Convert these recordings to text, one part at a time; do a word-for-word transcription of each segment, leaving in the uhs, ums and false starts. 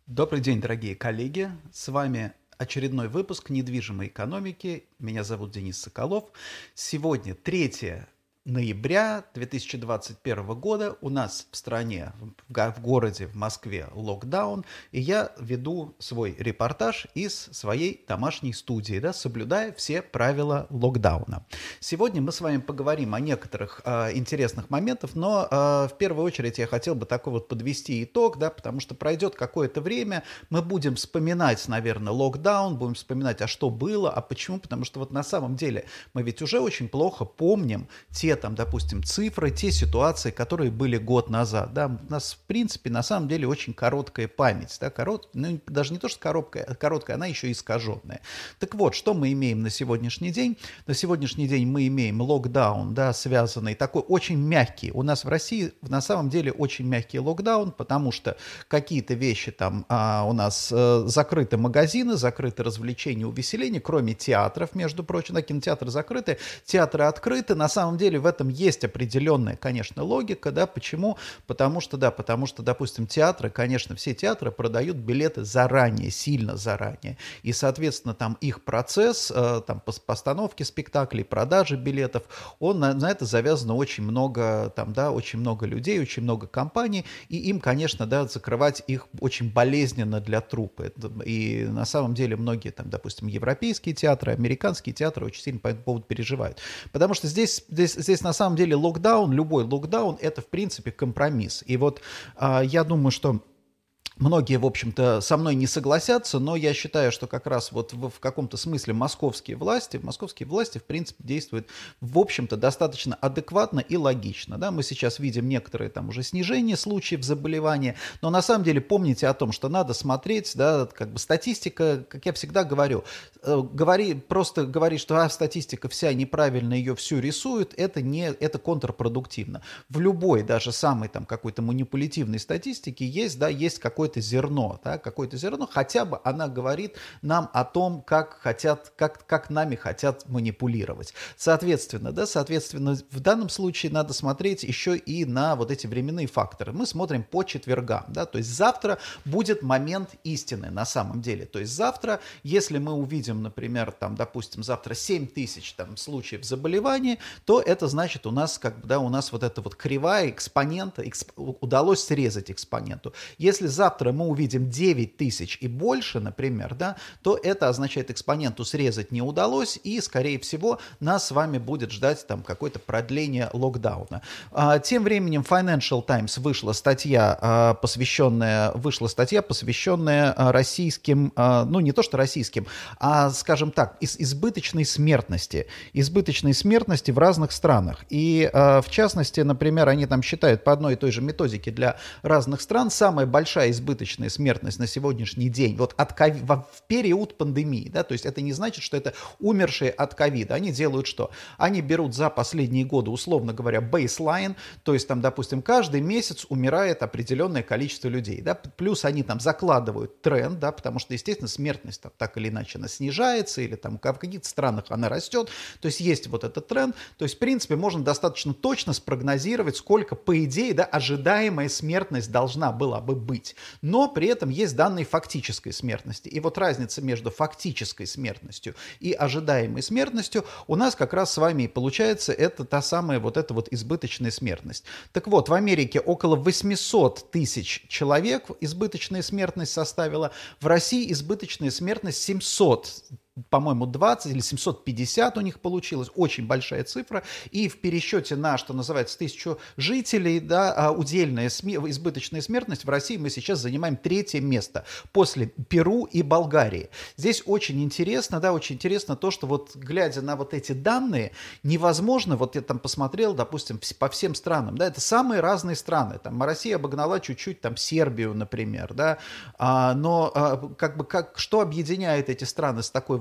Добрый день, дорогие коллеги. С вами очередной выпуск недвижимой экономики. Меня зовут Денис Соколов. Сегодня третье ноября две тысячи двадцать первого года. У нас в стране, в го- в городе, в Москве локдаун. И я веду свой репортаж из своей домашней студии, да, соблюдая все правила локдауна. Сегодня мы с вами поговорим о некоторых э, интересных моментах, но э, в первую очередь я хотел бы такой вот подвести итог, да, потому что пройдет какое-то время, мы будем вспоминать, наверное, локдаун, будем вспоминать, а что было, а почему, потому что вот на самом деле мы ведь уже очень плохо помним те, там, допустим, цифры, те ситуации, которые были год назад, да, у нас, в принципе, на самом деле очень короткая память, да, корот, ну, даже не то, что короткая, короткая, она еще и искаженная. Так вот, что мы имеем на сегодняшний день? На сегодняшний день мы имеем локдаун, да, связанный, такой очень мягкий. У нас в России на самом деле очень мягкий локдаун, потому что какие-то вещи там а, у нас а, закрыты магазины, закрыты развлечения, увеселения, кроме театров, между прочим, да, кинотеатры закрыты, театры открыты. На самом деле в этом есть определенная, конечно, логика, да, почему? Потому что, да, потому что, допустим, театры, конечно, все театры продают билеты заранее, сильно заранее, и, соответственно, там их процесс, э, там, постановки спектаклей, продажи билетов, он на, на это завязано очень много, там, да, очень много людей, очень много компаний, и им, конечно, да, закрывать их очень болезненно для труппы. И на самом деле многие, там, допустим, европейские театры, американские театры очень сильно по этому поводу переживают. Потому что здесь, здесь, здесь на самом деле локдаун, любой локдаун, это, в принципе, компромисс. И вот а, я думаю, что многие, в общем-то, со мной не согласятся, но я считаю, что как раз вот в, в каком-то смысле московские власти, московские власти, в принципе, действуют, в общем-то, достаточно адекватно и логично. Да? Мы сейчас видим некоторые там уже снижение случаев заболевания, но на самом деле помните о том, что надо смотреть, да, как бы статистика, как я всегда говорю, э, говори, просто говорить, что а, статистика вся неправильно, ее всю рисуют, это, не, это контрпродуктивно. В любой, даже самой там какой-то манипулятивной статистике есть, да, есть какой-то какое-то зерно, да, какое-то зерно, хотя бы она говорит нам о том, как хотят, как, как нами хотят манипулировать. Соответственно, да, соответственно, в данном случае надо смотреть еще и на вот эти временные факторы. Мы смотрим по четвергам, да, то есть завтра будет момент истины на самом деле. То есть завтра, если мы увидим, например, там, допустим, завтра семь тысяч там, случаев заболевания, то это значит у нас, как бы, да, у нас вот эта вот кривая экспонента, эксп, удалось срезать экспоненту. Если завтра завтра мы увидим девять тысяч и больше, например, да, то это означает, экспоненту срезать не удалось, и, скорее всего, нас с вами будет ждать там какое-то продление локдауна. А, тем временем Financial Times вышла статья, а, посвященная, вышла статья, посвященная а, российским, а, ну не то что российским, а, скажем так, из, избыточной смертности, избыточной смертности в разных странах. И, а, в частности, например, они там считают по одной и той же методике для разных стран, самая большая избыточная избыточная смертность на сегодняшний день вот от ковид, в период пандемии, да, то есть это не значит, что это умершие от ковида. Они делают что? Они берут за последние годы, условно говоря, бейслайн, то есть там, допустим, каждый месяц умирает определенное количество людей, да, плюс они там закладывают тренд, да, потому что, естественно, смертность там, так или иначе она снижается, или там в каких-то странах она растет, то есть есть вот этот тренд, то есть, в принципе, можно достаточно точно спрогнозировать, сколько, по идее, да, ожидаемая смертность должна была бы быть. Но при этом есть данные фактической смертности. И вот разница между фактической смертностью и ожидаемой смертностью у нас как раз с вами и получается, это та самая вот эта вот избыточная смертность. Так вот, в Америке около восемьсот тысяч человек избыточная смертность составила, в России избыточная смертность семьсот, по-моему, двадцать или семьсот пятьдесят у них получилось, очень большая цифра, и в пересчете на, что называется, тысячу жителей, да, удельная сме- избыточная смертность в России мы сейчас занимаем третье место после Перу и Болгарии. Здесь очень интересно, да, очень интересно то, что вот глядя на вот эти данные, невозможно, вот я там посмотрел, допустим, по всем странам, да, это самые разные страны, там Россия обогнала чуть-чуть там Сербию, например, да, а, но а, как бы как, что объединяет эти страны с такой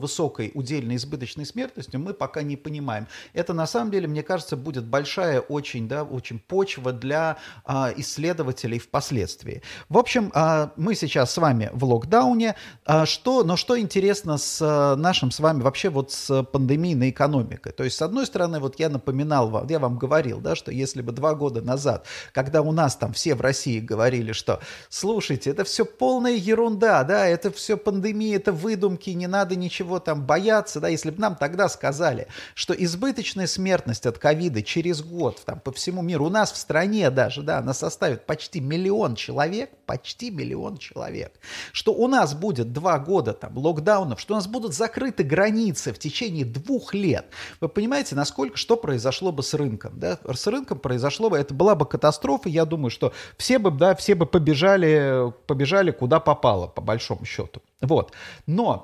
высокой удельной избыточной смертностью, мы пока не понимаем. Это на самом деле, мне кажется, будет большая очень, да, очень почва для а, исследователей впоследствии. В общем, а, мы сейчас с вами в локдауне. А, что, но что интересно с а, нашим с вами вообще вот с пандемийной экономикой? То есть, с одной стороны, вот я напоминал вам, я вам говорил, да, что если бы два года назад, когда у нас там все в России говорили, что, слушайте, это все полная ерунда, да, это все пандемия, это выдумки, не надо ничего там бояться, да, если бы нам тогда сказали, что избыточная смертность от ковида через год там, по всему миру, у нас в стране даже, да, она составит почти миллион человек, почти миллион человек, что у нас будет два года там локдаунов, что у нас будут закрыты границы в течение двух лет. Вы понимаете, насколько, что произошло бы с рынком, да? С рынком произошло бы, это была бы катастрофа, я думаю, что все бы, да, все бы побежали, побежали куда попало, по большому счету. Вот. Но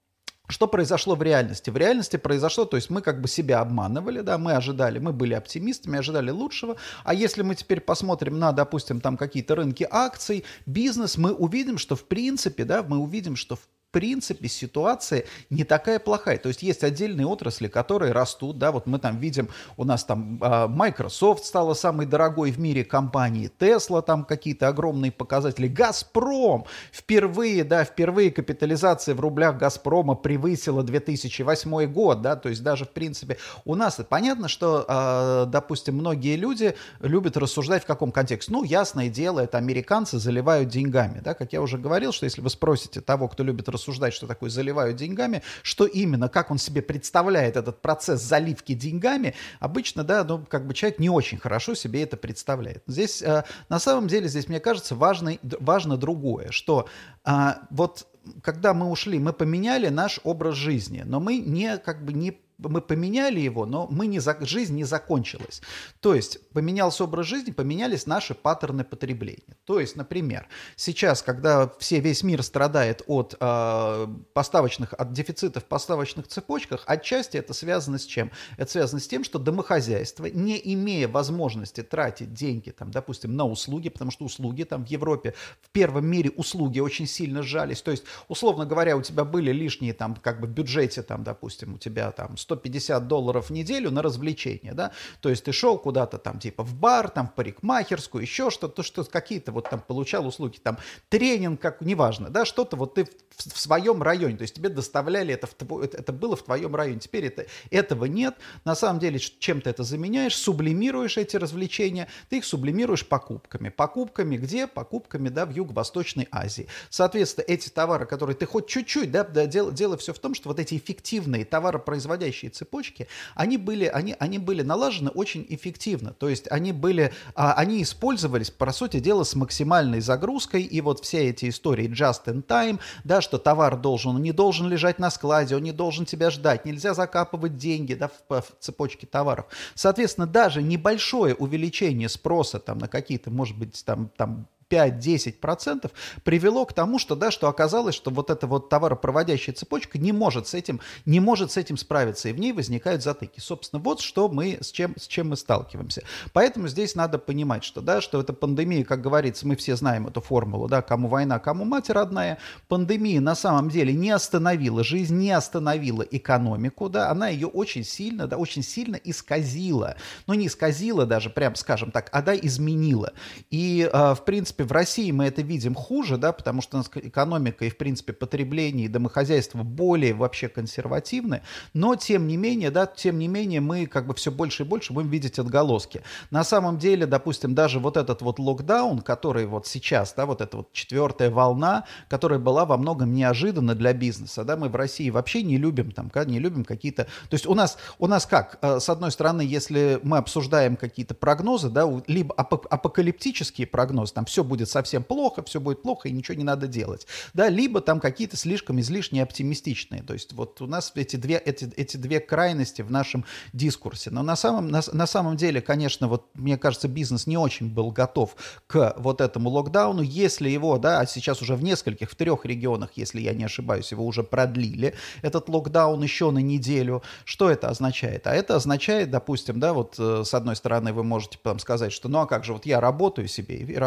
что произошло в реальности? В реальности произошло, то есть мы как бы себя обманывали, да, мы ожидали, мы были оптимистами, ожидали лучшего, а если мы теперь посмотрим на, допустим, там какие-то рынки акций, бизнес, мы увидим, что в принципе, да, мы увидим, что в В принципе, ситуация не такая плохая. То есть есть отдельные отрасли, которые растут. Да, вот мы там видим, у нас там э, Microsoft стала самой дорогой в мире компанией, Tesla там какие-то огромные показатели, Газпром впервые, да, впервые капитализация в рублях Газпрома превысила две тысячи восьмой год, да, то есть даже в принципе у нас понятно, что, э, допустим, многие люди любят рассуждать в каком контексте. Ну, ясное дело, это американцы заливают деньгами, да, как я уже говорил, что если вы спросите того, кто любит рассуждать, рассуждать, что такое заливают деньгами, что именно, как он себе представляет этот процесс заливки деньгами, обычно, да, ну, как бы человек не очень хорошо себе это представляет. Здесь, э, на самом деле, здесь, мне кажется, важно, важно другое, что э, вот когда мы ушли, мы поменяли наш образ жизни, но мы не, как бы не мы поменяли его, но мы не, жизнь не закончилась. То есть поменялся образ жизни, поменялись наши паттерны потребления. То есть, например, сейчас, когда все, весь мир страдает от, э, поставочных, от дефицита в поставочных цепочках, отчасти это связано с чем? Это связано с тем, что домохозяйство, не имея возможности тратить деньги, там, допустим, на услуги, потому что услуги там в Европе, в первом мире услуги очень сильно сжались. То есть, условно говоря, у тебя были лишние там, как бы в бюджете, там, допустим, у тебя там сто пятьдесят долларов в неделю на развлечения, да, то есть ты шел куда-то там типа в бар, там в парикмахерскую, еще что-то, что какие-то вот там получал услуги, там тренинг, как, неважно, да, что-то вот ты в, в своем районе, то есть тебе доставляли это, в, это, это было в твоем районе, теперь это, этого нет, на самом деле чем ты это заменяешь, сублимируешь эти развлечения, ты их сублимируешь покупками, покупками где? Покупками, да, в Юго-Восточной Азии, соответственно, эти товары, которые ты хоть чуть-чуть, да, да дело, дело все в том, что вот эти эффективные товаропроизводящие цепочки, они были, они, они были налажены очень эффективно, то есть они были, а, они использовались, по сути дела, с максимальной загрузкой, и вот все эти истории just in time, да, что товар должен, он не должен лежать на складе, он не должен тебя ждать, нельзя закапывать деньги, да, в, в цепочке товаров. Соответственно, даже небольшое увеличение спроса там на какие-то, может быть, там, там пять-десять процентов привело к тому, что, да, что оказалось, что вот эта вот товаропроводящая цепочка не может с этим, не может с этим справиться, и в ней возникают затыки. Собственно, вот что мы, с чем, с чем мы сталкиваемся. Поэтому здесь надо понимать, что, да, что эта пандемия, как говорится, мы все знаем эту формулу, да, кому война, кому мать родная. Пандемия на самом деле не остановила жизнь, не остановила экономику, да, она ее очень сильно, да, очень сильно исказила. Ну, не исказила даже, прям скажем так, а да, изменила. И, э, в принципе, в России мы это видим хуже, да, потому что у нас экономика и, в принципе, потребление и домохозяйство более вообще консервативны, но, тем не менее, да, тем не менее, мы как бы все больше и больше будем видеть отголоски. На самом деле, допустим, даже вот этот вот локдаун, который вот сейчас, да, вот эта вот четвертая волна, которая была во многом неожиданна для бизнеса, да, мы в России вообще не любим там, не любим какие-то, то есть у нас, у нас как, с одной стороны, если мы обсуждаем какие-то прогнозы, да, либо апокалиптические прогнозы, там все будет совсем плохо, все будет плохо и ничего не надо делать, да, либо там какие-то слишком излишне оптимистичные, то есть вот у нас эти две, эти, эти две крайности в нашем дискурсе, но на самом, на, на самом деле, конечно, вот мне кажется, бизнес не очень был готов к вот этому локдауну, если его, да, а сейчас уже в нескольких, в трех регионах, если я не ошибаюсь, его уже продлили, этот локдаун еще на неделю, что это означает? А это означает, допустим, да, вот с одной стороны вы можете там сказать, что ну а как же, вот я работаю себе и работаю,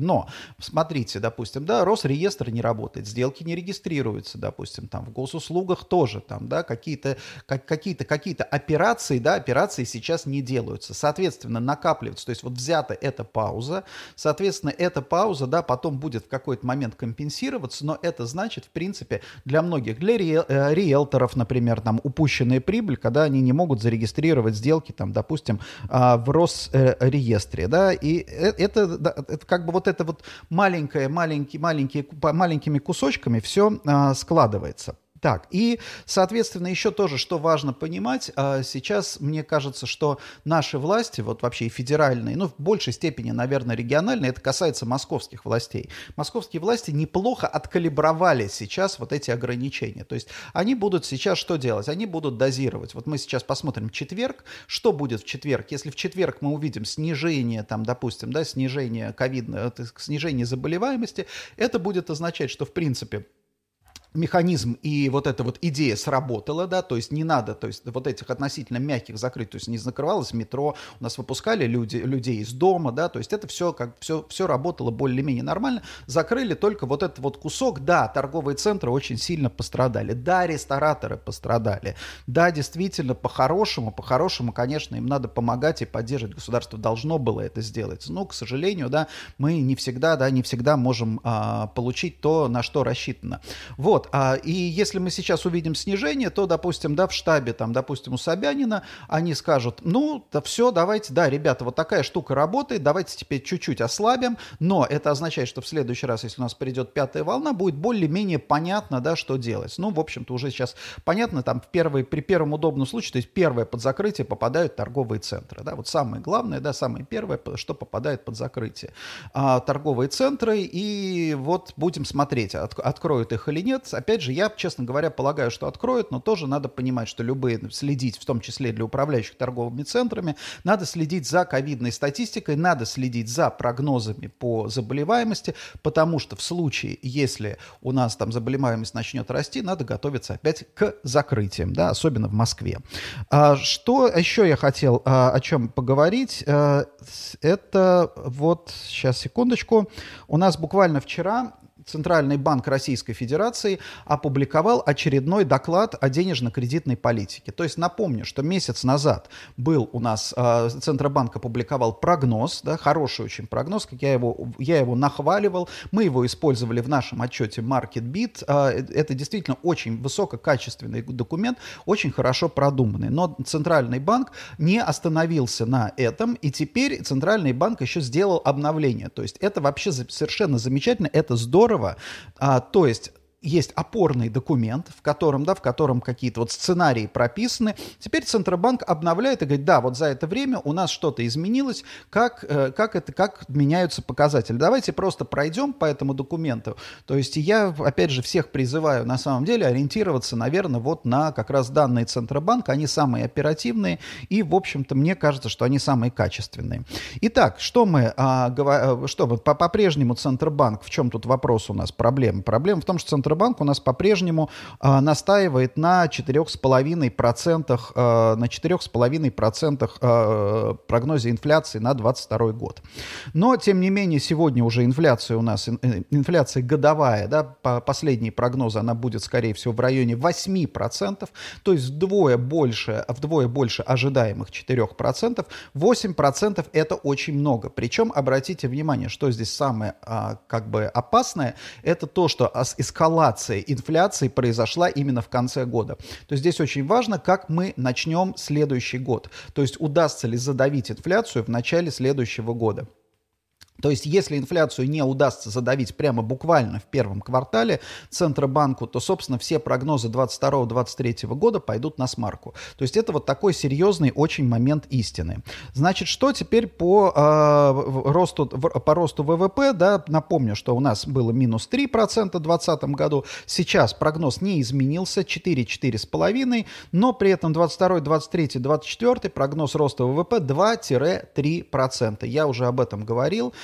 Но, смотрите, допустим, да, Росреестр не работает, сделки не регистрируются, допустим, там в госуслугах тоже, там, да, какие-то, как, какие-то, какие-то операции, да, операции сейчас не делаются. Соответственно, накапливается, то есть вот взята эта пауза, соответственно, эта пауза, да, потом будет в какой-то момент компенсироваться, но это значит, в принципе, для многих, для риэл, э, риэлторов, например, там, упущенная прибыль, когда они не могут зарегистрировать сделки, там, допустим, э, в Росреестре, да, и это, да, это как бы вот это вот маленькое, маленькие, маленькие, маленькими кусочками все э, складывается. Так, и, соответственно, еще тоже, что важно понимать, сейчас мне кажется, что наши власти, вот вообще и федеральные, ну, в большей степени, наверное, региональные, это касается московских властей. Московские власти неплохо откалибровали сейчас вот эти ограничения. То есть они будут сейчас что делать? Они будут дозировать. Вот мы сейчас посмотрим четверг. Что будет в четверг? Если в четверг мы увидим снижение, там, допустим, да, снижение ковидного, снижение заболеваемости, это будет означать, что, в принципе, механизм и вот эта вот идея сработала, да, то есть не надо, то есть вот этих относительно мягких закрыть, то есть не закрывалось метро, у нас выпускали люди, людей из дома, да, то есть это все как все, все работало более-менее нормально, закрыли только вот этот вот кусок, да, торговые центры очень сильно пострадали, да, рестораторы пострадали, да, действительно, по-хорошему, по-хорошему, конечно, им надо помогать и поддерживать, государство должно было это сделать, но, к сожалению, да, мы не всегда, да, не всегда можем а, получить то, на что рассчитано. Вот. А, и если мы сейчас увидим снижение, то, допустим, да, в штабе, там, допустим, у Собянина, они скажут, ну, да все, давайте, да, ребята, вот такая штука работает, давайте теперь чуть-чуть ослабим, но это означает, что в следующий раз, если у нас придет пятая волна, будет более-менее понятно, да, что делать. Ну, в общем-то, уже сейчас понятно, там, в первый, при первом удобном случае, то есть первое под закрытие попадают торговые центры, да, вот самое главное, да, самое первое, что попадает под закрытие. А, торговые центры, и вот будем смотреть, от, откроют их или нет. Опять же, я, честно говоря, полагаю, что откроют, но тоже надо понимать, что любые, следить, в том числе для управляющих торговыми центрами, надо следить за ковидной статистикой, надо следить за прогнозами по заболеваемости, потому что в случае, если у нас там заболеваемость начнет расти, надо готовиться опять к закрытиям, да, особенно в Москве. А, что еще я хотел а, о чем поговорить, а, это вот, сейчас, секундочку, у нас буквально вчера Центральный банк Российской Федерации опубликовал очередной доклад о денежно-кредитной политике. То есть напомню, что месяц назад был у нас, э, Центробанк опубликовал прогноз, да, хороший очень прогноз, как я его, я его нахваливал, мы его использовали в нашем отчете MarketBeat. Э, это действительно очень высококачественный документ, очень хорошо продуманный. Но Центральный банк не остановился на этом, и теперь Центральный банк еще сделал обновление. То есть это вообще совершенно замечательно, это здорово. А, то есть есть опорный документ, в котором, да, в котором какие-то вот сценарии прописаны. Теперь Центробанк обновляет и говорит, да, вот за это время у нас что-то изменилось, как, э, как, это, как меняются показатели. Давайте просто пройдем по этому документу. То есть я, опять же, всех призываю на самом деле ориентироваться, наверное, вот на как раз данные Центробанка. Они самые оперативные и, в общем-то, мне кажется, что они самые качественные. Итак, что мы, а, говор... что мы по- по-прежнему Центробанк, в чем тут вопрос у нас, проблема? Проблема в том, что Центробанк Центробанк у нас по-прежнему э, настаивает на четыре целых пять десятых процента, э, на четыре целых пять десятых процента э, прогнозе инфляции на двадцать второй год. Но, тем не менее, сегодня уже инфляция у нас, инфляция годовая, да, по последние прогнозы, она будет, скорее всего, в районе восемь процентов, то есть вдвое больше, вдвое больше ожидаемых четырех процентов. восемь процентов это очень много. Причем, обратите внимание, что здесь самое а, как бы опасное, это то, что эскалация инфляции произошла именно в конце года. То есть здесь очень важно, как мы начнем следующий год. То есть удастся ли задавить инфляцию в начале следующего года. То есть, если инфляцию не удастся задавить прямо буквально в первом квартале Центробанку, то, собственно, все прогнозы двадцать второго — двадцать третьего года пойдут на смарку. То есть, это вот такой серьезный очень момент истины. Значит, что теперь по, э, росту, по росту ВВП? Да, напомню, что у нас было минус три процента в двадцатом году. Сейчас прогноз не изменился, четыре — четыре с половиной, но при этом двадцать второй, двадцать третий, двадцать четвёртый прогноз роста ВВП два — три процента. Я уже об этом говорил.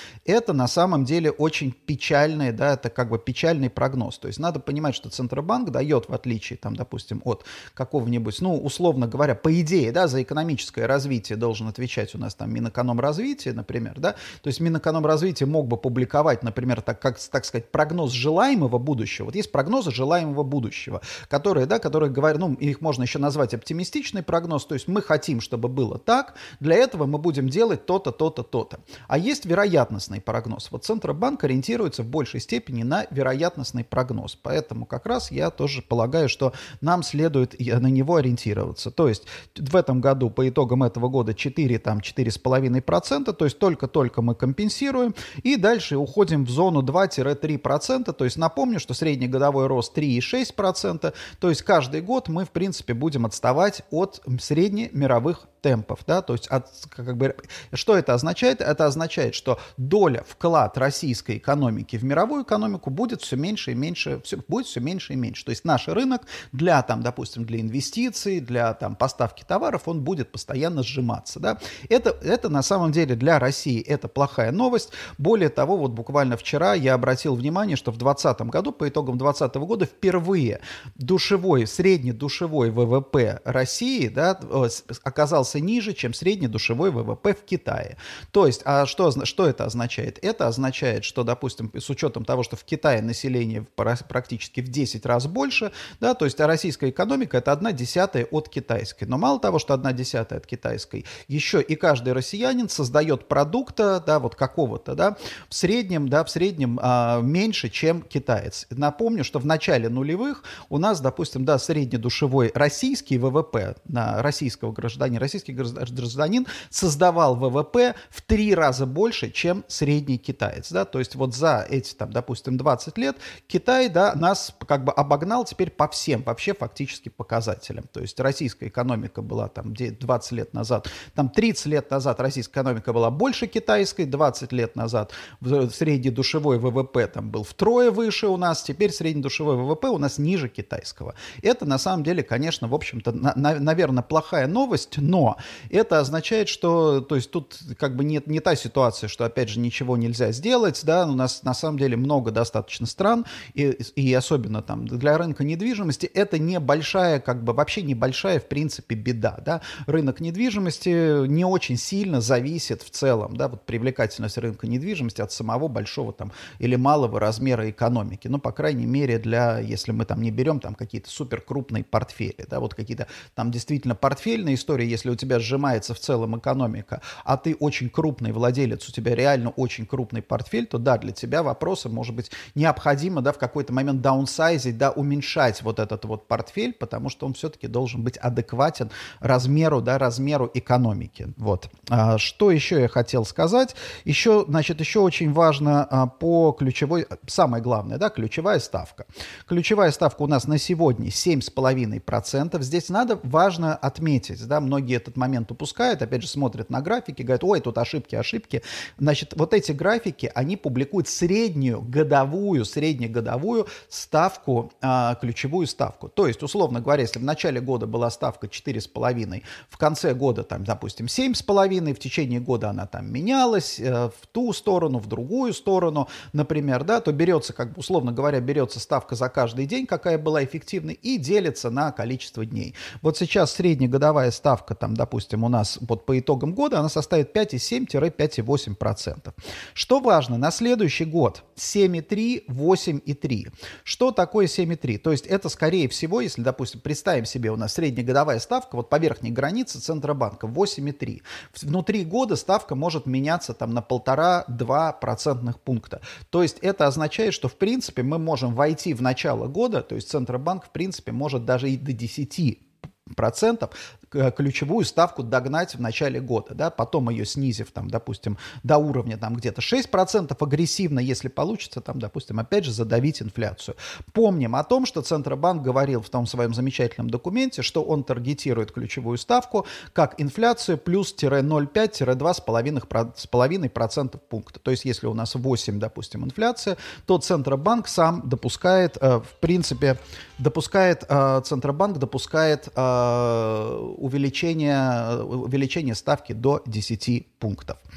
это на самом деле очень печальный, да, это как бы печальный прогноз. То есть надо понимать, что Центробанк дает, в отличие, там, допустим, от какого-нибудь, ну, условно говоря, по идее, да, за экономическое развитие должен отвечать у нас там Минэкономразвития, например, да, то есть Минэкономразвития мог бы публиковать, например, так, как, так сказать, прогноз желаемого будущего. Вот есть прогнозы желаемого будущего, которые, да, которые говорят, ну, их можно еще назвать оптимистичный прогноз, то есть мы хотим, чтобы было так, для этого мы будем делать то-то, то-то, то-то. А есть вероятностный прогноз. Вот Центробанк ориентируется в большей степени на вероятностный прогноз, поэтому как раз я тоже полагаю, что нам следует на него ориентироваться. То есть в этом году, по итогам этого года, четыре, там, четыре с половиной процента, то есть только-только мы компенсируем, и дальше уходим в зону два-три процента, то есть напомню, что средний годовой рост три и шесть десятых процента, то есть каждый год мы, в принципе, будем отставать от среднемировых темпов, да, то есть от, как бы, что это означает? Это означает, что доля, вклад российской экономики в мировую экономику будет все меньше и меньше, все, будет все меньше и меньше. То есть наш рынок для, там, допустим, для инвестиций, для там, поставки товаров, он будет постоянно сжиматься, да. Это, это на самом деле для России это плохая новость. Более того, вот буквально вчера я обратил внимание, что в двадцатом году, по итогам двадцатого года, впервые душевой, среднедушевой ВВП России, да, оказался ниже, чем среднедушевой ВВП в Китае. То есть, а что, что это означает? Это означает, что, допустим, с учетом того, что в Китае население практически в десять раз больше, да, то есть а российская экономика это одна десятая от китайской. Но мало того, что одна десятая от китайской, еще и каждый россиянин создает продукта, да, вот какого-то, да, в среднем, да, в среднем а, меньше, чем китаец. Напомню, что в начале нулевых у нас, допустим, да, среднедушевой российский ВВП на российского гражданина, российский гражданин создавал ВВП в три раза больше, чем средний китаец, да, то есть вот за эти, там, допустим, двадцать лет Китай, да, нас как бы обогнал теперь по всем вообще фактически показателям, то есть российская экономика была там двадцать лет назад, там тридцать лет назад российская экономика была больше китайской, двадцать лет назад среднедушевой ВВП там был втрое выше у нас, теперь среднедушевой ВВП у нас ниже китайского. Это на самом деле, конечно, в общем-то, на, на, наверное, плохая новость, но это означает, что, то есть тут как бы нет, не та ситуация, что, опять же, ничего нельзя сделать, да, у нас на самом деле много достаточно стран, и, и особенно там для рынка недвижимости это небольшая, как бы вообще небольшая, в принципе, беда, да, рынок недвижимости не очень сильно зависит в целом, да, вот привлекательность рынка недвижимости от самого большого там или малого размера экономики, ну, по крайней мере, для, если мы там не берем там какие-то суперкрупные портфели, да, вот какие-то там действительно портфельные истории, если у тебя сжимается в целом экономика, а ты очень крупный владелец, у тебя реально очень крупный портфель, то да, для тебя вопросы, может быть, необходимо, да, в какой-то момент даунсайзить, да, уменьшать вот этот вот портфель, потому что он все-таки должен быть адекватен размеру, да, размеру экономики. Вот. А, что еще я хотел сказать? Еще, значит, еще очень важно а, по ключевой, самое главное, да, ключевая ставка. Ключевая ставка у нас на сегодня семь с половиной процентов. Здесь надо важно отметить, да, многие этот момент упускают, опять же, смотрят на графики, говорят, ой, тут ошибки, ошибки. Значит, вот эти графики, они публикуют среднюю годовую, среднегодовую ставку, а, ключевую ставку. То есть, условно говоря, если в начале года была ставка четыре с половиной, в конце года, там, допустим, семь с половиной, в течение года она там менялась э, в ту сторону, в другую сторону, например, да, то берется, как бы, условно говоря, берется ставка за каждый день, какая была эффективной, и делится на количество дней. Вот сейчас среднегодовая ставка, там, допустим, у нас вот по итогам года, она составит пять и семь - пять и восемь процентов. Что важно, на следующий год семь и три, восемь и три. Что такое семь и три? То есть это, скорее всего, если, допустим, представим себе, у нас среднегодовая ставка, вот по верхней границе Центробанка восемь и три. Внутри года ставка может меняться там на полтора-два процентных пункта. То есть это означает, что, в принципе, мы можем войти в начало года, то есть Центробанк, в принципе, может даже и до десяти процентов ключевую ставку догнать в начале года, да, потом ее снизив, там, допустим, до уровня там где-то шесть процентов агрессивно, если получится, там, допустим, опять же задавить инфляцию. Помним о том, что Центробанк говорил в том своем замечательном документе, что он таргетирует ключевую ставку как инфляцию плюс-ноль целых пять - два с половиной процента пункта. То есть если у нас восемь, допустим, инфляция, то Центробанк сам допускает, э, в принципе, допускает, э, Центробанк допускает э, увеличение, увеличение ставки до десяти пунктов.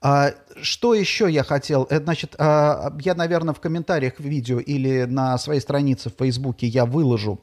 А, что еще я хотел? Это, значит, а, я, наверное, в комментариях к видео или на своей странице в Фейсбуке я выложу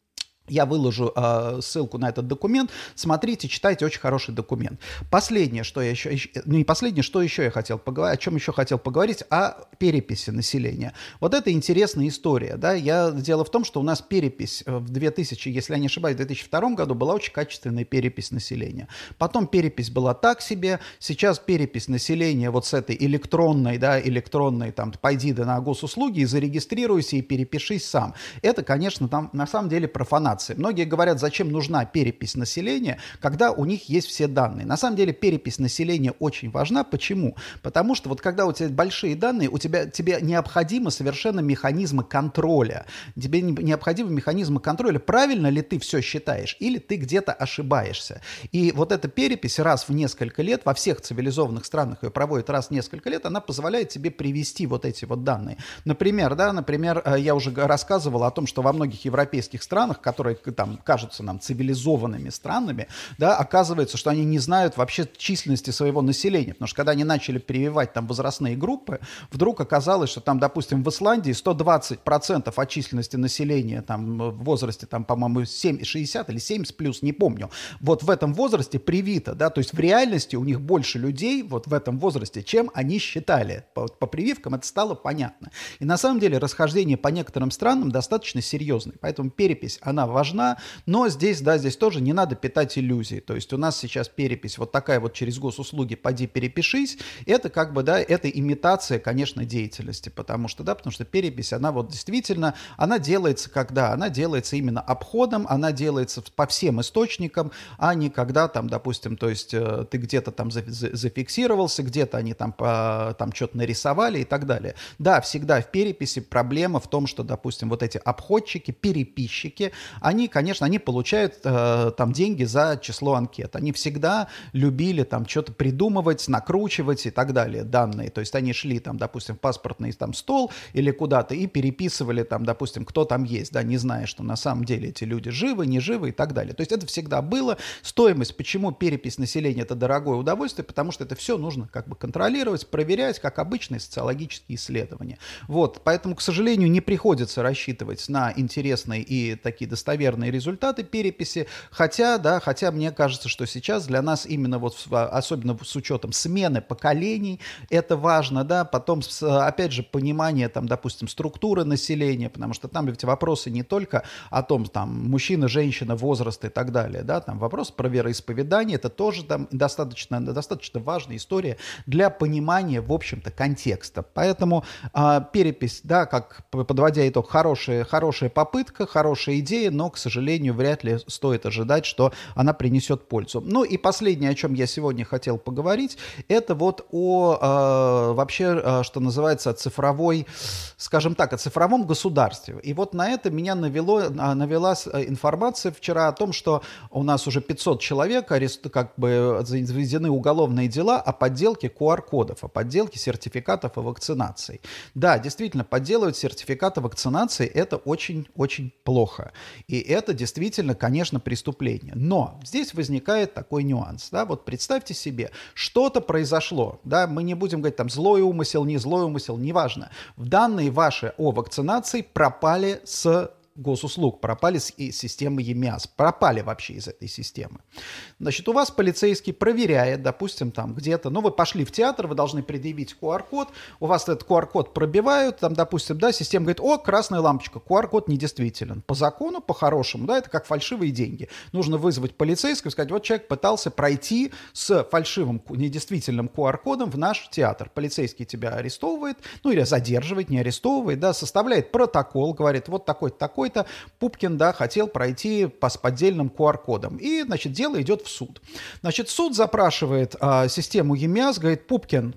Я выложу э, ссылку на этот документ. Смотрите, читайте, очень хороший документ. Последнее, что я еще, ну не последнее, что еще я хотел поговорить, о чем еще хотел поговорить, о переписи населения. Вот это интересная история, да. Я, дело в том, что у нас перепись в две тысячи, если я не ошибаюсь, в две тысячи втором году была очень качественная перепись населения. Потом перепись была так себе. Сейчас перепись населения вот с этой электронной, да, электронной, там, пойди да на госуслуги и зарегистрируйся и перепишись сам. Это, конечно, там на самом деле профанация. Многие говорят, зачем нужна перепись населения, когда у них есть все данные. На самом деле перепись населения очень важна. Почему? Потому что вот когда у тебя большие данные, у тебя, тебе необходимы совершенно механизмы контроля. Тебе необходимы механизмы контроля, правильно ли ты все считаешь, или ты где-то ошибаешься. И вот эта перепись раз в несколько лет, во всех цивилизованных странах ее проводят раз в несколько лет, она позволяет тебе привести вот эти вот данные. Например, да, например, я уже рассказывал о том, что во многих европейских странах, которые там кажутся нам цивилизованными странами, да, оказывается, что они не знают вообще численности своего населения, потому что когда они начали прививать там возрастные группы, вдруг оказалось, что там, допустим, в Исландии сто двадцать процентов от численности населения там в возрасте, там, по-моему, семь, шестьдесят или семьдесят плюс, не помню, вот в этом возрасте привито, да, то есть в реальности у них больше людей вот в этом возрасте, чем они считали. По, по прививкам это стало понятно. И на самом деле расхождение по некоторым странам достаточно серьезное, поэтому перепись, она важна, но здесь, да, здесь тоже не надо питать иллюзий. То есть у нас сейчас перепись вот такая вот через госуслуги «поди перепишись», это как бы, да, это имитация, конечно, деятельности, потому что, да, потому что перепись, она вот действительно, она делается когда? Она делается именно обходом, она делается по всем источникам, а не когда там, допустим, то есть ты где-то там зафиксировался, где-то они там, по, там что-то нарисовали и так далее. Да, всегда в переписи проблема в том, что, допустим, вот эти обходчики, переписчики, они, конечно, они получают э, там деньги за число анкет. Они всегда любили там что-то придумывать, накручивать и так далее, данные. То есть они шли там, допустим, в паспортный там стол или куда-то и переписывали там, допустим, кто там есть, да, не зная, что на самом деле эти люди живы, не живы и так далее. То есть это всегда было. Стоимость, почему перепись населения — это дорогое удовольствие, потому что это все нужно как бы контролировать, проверять, как обычные социологические исследования. Вот, поэтому, к сожалению, не приходится рассчитывать на интересные и такие достоверные результаты переписи, хотя, да, хотя мне кажется, что сейчас для нас именно вот, особенно с учетом смены поколений, это важно, да, потом, опять же, понимание, там, допустим, структуры населения, потому что там ведь вопросы не только о том, там, мужчина, женщина, возраст и так далее, да, там вопрос про вероисповедание, это тоже там достаточно, достаточно важная история для понимания, в общем-то, контекста. Поэтому а, перепись, да, как подводя итог, хорошая, хорошая попытка, хорошая идея, но, к сожалению, вряд ли стоит ожидать, что она принесет пользу. Ну и последнее, о чем я сегодня хотел поговорить, это вот о э, вообще, э, что называется, цифровой, скажем так, о цифровом государстве. И вот на это меня навело, навела информация вчера о том, что у нас уже пятьсот человек арест, как бы заведены уголовные дела о подделке ку ар кодов, о подделке сертификатов о вакцинации. Да, действительно, подделывать сертификаты вакцинации — это очень-очень плохо. И это действительно, конечно, преступление. Но здесь возникает такой нюанс. Да? Вот представьте себе, что-то произошло. Да? Мы не будем говорить там злой умысел, не злой умысел, неважно. Данные ваши о вакцинации пропали с госуслуг, пропали с системы ЕМИАС, пропали вообще из этой системы. Значит, у вас полицейский проверяет, допустим, там где-то, ну, вы пошли в театр, вы должны предъявить ку ар код, у вас этот ку ар код пробивают, там, допустим, да, система говорит: о, красная лампочка, ку ар код недействителен. По закону, по-хорошему, да, это как фальшивые деньги. Нужно вызвать полицейского и сказать: вот человек пытался пройти с фальшивым, недействительным ку ар кодом в наш театр. Полицейский тебя арестовывает, ну, или задерживает, не арестовывает, да, составляет протокол, говорит: вот такой-то, такой то Пупкин, да, хотел пройти по, с поддельным ку ар кодом. И, значит, дело идет в суд. Значит, суд запрашивает а, систему ЕМИАС, говорит: Пупкин,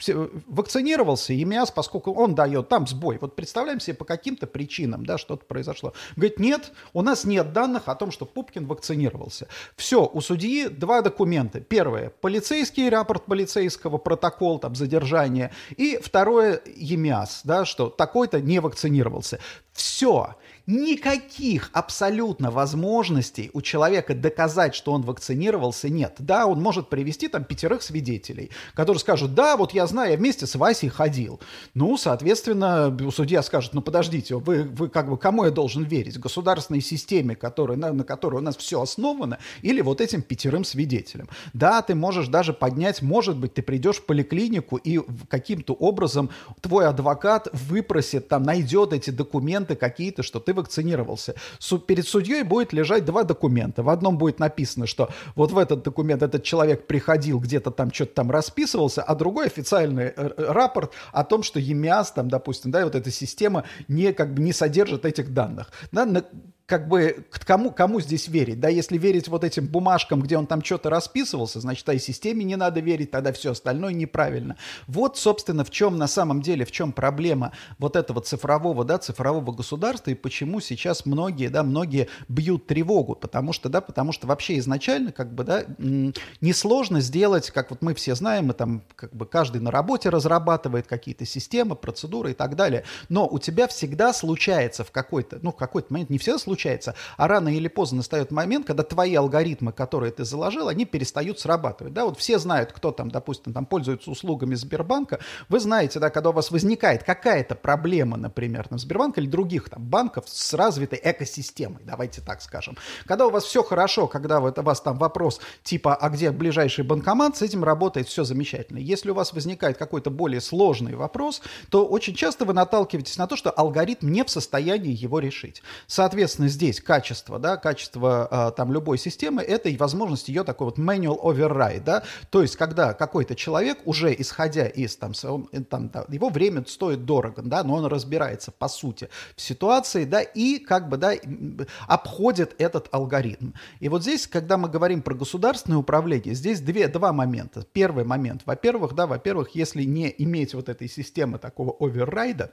вакцинировался, ЕМИАС, поскольку он дает там сбой. Вот представляем себе, по каким-то причинам, да, что-то произошло. Говорит, нет, у нас нет данных о том, что Пупкин вакцинировался. Все, у судьи два документа. Первое, полицейский рапорт полицейского, протокол там задержания. И второе, ЕМИАС, да, что такой-то не вакцинировался. Все. Никаких абсолютно возможностей у человека доказать, что он вакцинировался, нет. Да, он может привести там пятерых свидетелей, которые скажут, да, вот я знаю, я вместе с Васей ходил. Ну, соответственно, судья скажет, ну, подождите, вы, вы как бы кому я должен верить? Государственной системе, которая, на, на которой у нас все основано, или вот этим пятерым свидетелям? Да, ты можешь даже поднять, может быть, ты придешь в поликлинику и каким-то образом твой адвокат выпросит, там, найдет эти документы какие-то, что ты вакцинировался. Суд, перед судьей будет лежать два документа. В одном будет написано, что вот в этот документ этот человек приходил, где-то там что-то там расписывался, а другой официальный рапорт о том, что ЕМИАС, там, допустим, да, и вот эта система не, как бы, не содержит этих данных. Да, на, как бы, кому, кому здесь верить? Да, если верить вот этим бумажкам, где он там что-то расписывался, значит, а и системе не надо верить, тогда все остальное неправильно. Вот, собственно, в чем на самом деле, в чем проблема вот этого цифрового, да, цифрового государства и почему сейчас многие, да, многие бьют тревогу, потому что, да, потому что вообще изначально, как бы, да, несложно сделать, как вот мы все знаем, мы там, как бы, каждый на работе разрабатывает какие-то системы, процедуры и так далее, но у тебя всегда случается в какой-то, ну, в какой-то момент, не всегда случается, а рано или поздно настает момент, когда твои алгоритмы, которые ты заложил, они перестают срабатывать. Да, вот все знают, кто там, допустим, там пользуется услугами Сбербанка. Вы знаете, да, когда у вас возникает какая-то проблема, например, на Сбербанке или других там банков с развитой экосистемой, давайте так скажем. Когда у вас все хорошо, когда вот у вас там вопрос типа, а где ближайший банкомат, с этим работает все замечательно. Если у вас возникает какой-то более сложный вопрос, то очень часто вы наталкиваетесь на то, что алгоритм не в состоянии его решить. Соответственно, здесь качество, да, качество э, там любой системы, это и возможность ее такой вот manual override, да, то есть когда какой-то человек, уже исходя из там, он, там да, его время стоит дорого, да, но он разбирается по сути в ситуации, да, и как бы, да, обходит этот алгоритм. И вот здесь, когда мы говорим про государственное управление, здесь две, два момента. Первый момент, во-первых, да, во-первых, если не иметь вот этой системы такого оверрайда,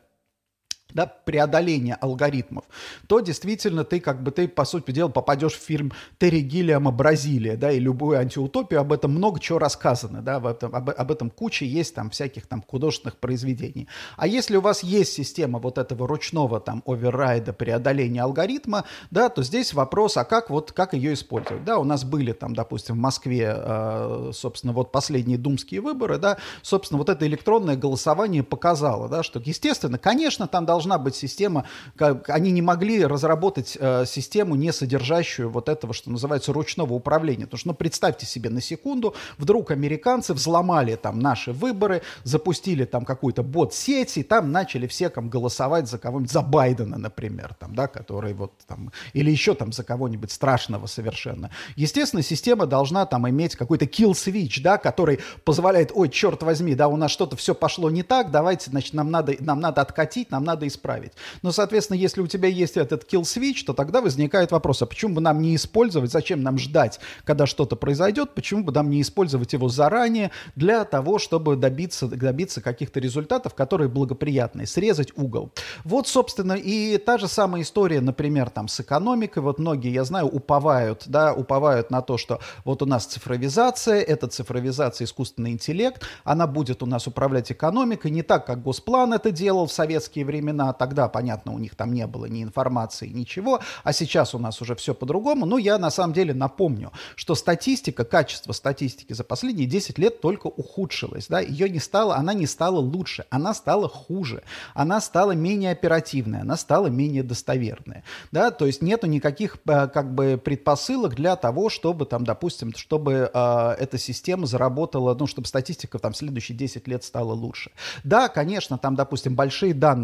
да, преодоление алгоритмов, то действительно ты, как бы, ты, по сути дела, попадешь в фильм Терри Гиллиама «Бразилия», да, и любую антиутопию, об этом много чего рассказано, да, об этом, об, об этом куча есть там всяких там художественных произведений. А если у вас есть система вот этого ручного там оверрайда, преодоления алгоритма, да, то здесь вопрос, а как вот, как ее использовать, да, у нас были там, допустим, в Москве, э, собственно, вот последние думские выборы, да, собственно, вот это электронное голосование показало, да, что, естественно, конечно, там должно должна быть система, как, они не могли разработать э, систему, не содержащую вот этого, что называется, ручного управления. Потому что, ну, представьте себе на секунду, вдруг американцы взломали там наши выборы, запустили там какую-то бот-сеть, и там начали все там голосовать за кого-нибудь, за Байдена, например, там, да, который вот там, или еще там за кого-нибудь страшного совершенно. Естественно, система должна там иметь какой-то kill-switch, да, который позволяет, ой, черт возьми, да, у нас что-то все пошло не так, давайте, значит, нам надо, нам надо откатить, нам надо исправить. Но, соответственно, если у тебя есть этот kill switch, то тогда возникает вопрос, а почему бы нам не использовать, зачем нам ждать, когда что-то произойдет, почему бы нам не использовать его заранее для того, чтобы добиться, добиться каких-то результатов, которые благоприятны, срезать угол. Вот, собственно, и та же самая история, например, там с экономикой. Вот многие, я знаю, уповают, да, уповают на то, что вот у нас цифровизация, это цифровизация, искусственный интеллект, она будет у нас управлять экономикой не так, как Госплан это делал в советские времена. Тогда, понятно, у них там не было ни информации, ничего, а сейчас у нас уже все по-другому. Но я на самом деле напомню, что статистика, качество статистики за последние десять лет только ухудшилось, да, ее не стало, она не стала лучше, она стала хуже, она стала менее оперативной, она стала менее достоверной, да, то есть нету никаких, как бы, предпосылок для того, чтобы там, допустим, чтобы э, эта система заработала, ну, чтобы статистика там в следующие десять лет стала лучше. Да, конечно, там, допустим, большие данные можно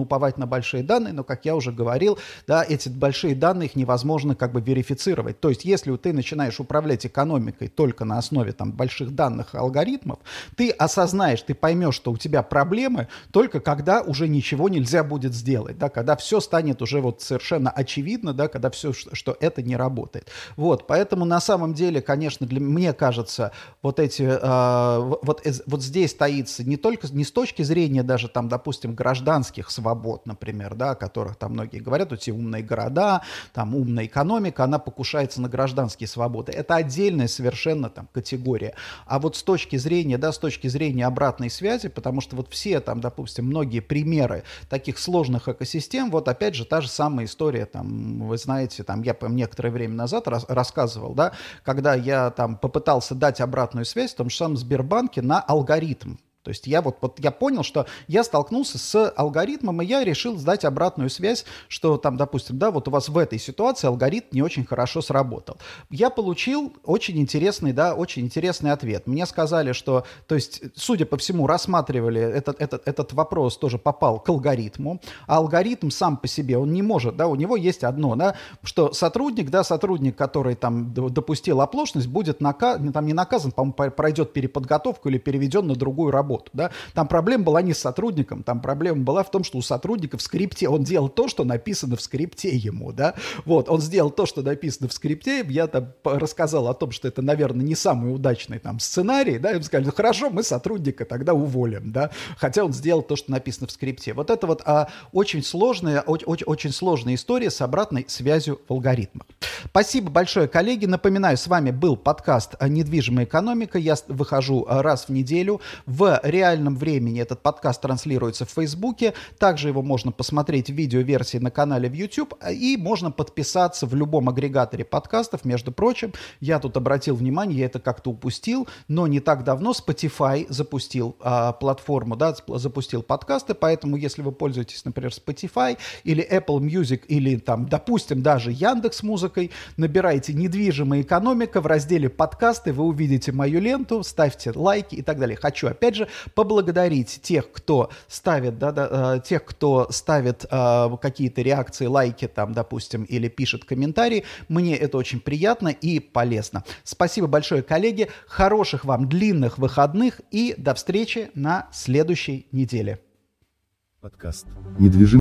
уповать на большие данные, но, как я уже говорил, да, эти большие данные, их невозможно как бы верифицировать. То есть, если ты начинаешь управлять экономикой только на основе там больших данных и алгоритмов, ты осознаешь, ты поймешь, что у тебя проблемы только когда уже ничего нельзя будет сделать, да, когда все станет уже вот совершенно очевидно, да, когда все, что это не работает. Вот, поэтому на самом деле, конечно, для мне кажется, вот эти, э, вот, вот здесь таится не только, не с точки зрения даже там, допустим, гражданских свобод, например, да, о которых там многие говорят, эти умные города, там умная экономика, она покушается на гражданские свободы. Это отдельная совершенно там категория. А вот с точки зрения, да, с точки зрения обратной связи, потому что вот все там, допустим, многие примеры таких сложных экосистем, вот опять же та же самая история, там, вы знаете, там, я некоторое время назад рас, рассказывал, да, когда я там попытался дать обратную связь в том же самом Сбербанке на алгоритм. То есть я вот, вот я понял, что я столкнулся с алгоритмом, и я решил сдать обратную связь, что там, допустим, да, вот у вас в этой ситуации алгоритм не очень хорошо сработал. Я получил очень интересный, да, очень интересный ответ. Мне сказали, что, то есть, судя по всему, рассматривали этот, этот, этот вопрос, тоже попал к алгоритму, а алгоритм сам по себе, он не может, да, у него есть одно, да, что сотрудник, да, сотрудник, который там допустил оплошность, будет наказан, там не наказан, по-моему, пройдет переподготовку или переведен на другую работу. Да? Там проблема была не с сотрудником, там проблема была в том, что у сотрудника в скрипте, он делал то, что написано в скрипте ему, да, вот, он сделал то, что написано в скрипте, я там рассказал о том, что это, наверное, не самый удачный там сценарий, да, им сказали, ну хорошо, мы сотрудника тогда уволим, да, хотя он сделал то, что написано в скрипте. Вот это вот а, очень сложная, очень, очень сложная история с обратной связью в алгоритмах. Спасибо большое, коллеги, напоминаю, с вами был подкаст «Недвижимая экономика», я выхожу раз в неделю в реальном времени. Этот подкаст транслируется в Фейсбуке. Также его можно посмотреть в видеоверсии на канале в YouTube. И можно подписаться в любом агрегаторе подкастов. Между прочим, я тут обратил внимание, я это как-то упустил, но не так давно Spotify запустил а, платформу, да, запустил подкасты. Поэтому, если вы пользуетесь, например, Spotify или Apple Music, или там, допустим, даже Яндекс.Музыкой, набирайте «Недвижимая экономика» в разделе «Подкасты», вы увидите мою ленту, ставьте лайки и так далее. Хочу, опять же, поблагодарить тех, кто ставит, да, да, тех, кто ставит э, какие-то реакции, лайки там, допустим, или пишет комментарии. Мне это очень приятно и полезно. Спасибо большое, коллеги. Хороших вам длинных выходных и до встречи на следующей неделе. Подкаст «Недвижимая